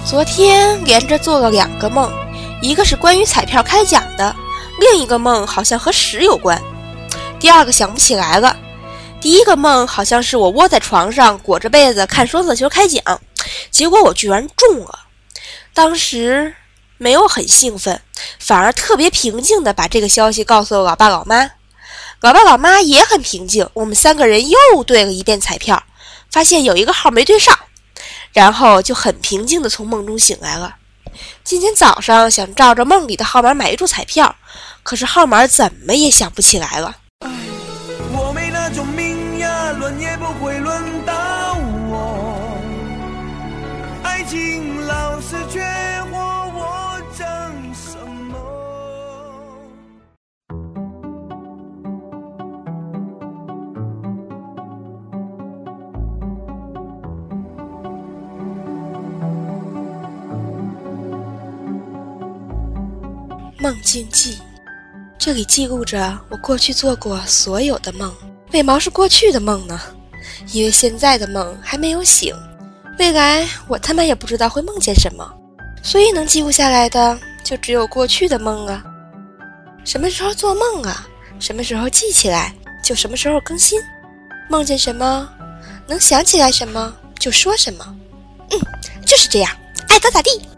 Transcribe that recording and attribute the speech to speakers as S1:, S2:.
S1: 昨天连着做了2个梦，一个是关于彩票开奖的，另一个梦好像和屎有关。第二个想不起来了。第一个梦好像是我窝在床上裹着被子看双色球开奖，结果我居然中了。当时没有很兴奋，反而特别平静地把这个消息告诉了老爸老妈。老爸老妈也很平静，我们3个人又对了一遍彩票，发现有一个号没对上，然后就很平静地从梦中醒来了。今天早上想照着梦里的号码买一注彩票，可是号码怎么也想不起来了。
S2: 我没那种命呀，轮也不会轮到我。爱情老是缺货，我争什么？
S1: 梦境记，这里记录着我过去做过所有的梦。为毛是过去的梦呢？因为现在的梦还没有醒，未来我他妈也不知道会梦见什么，所以能记录下来的就只有过去的梦啊。什么时候做梦啊，什么时候记起来，就什么时候更新。梦见什么，能想起来什么就说什么。就是这样，爱咋咋地。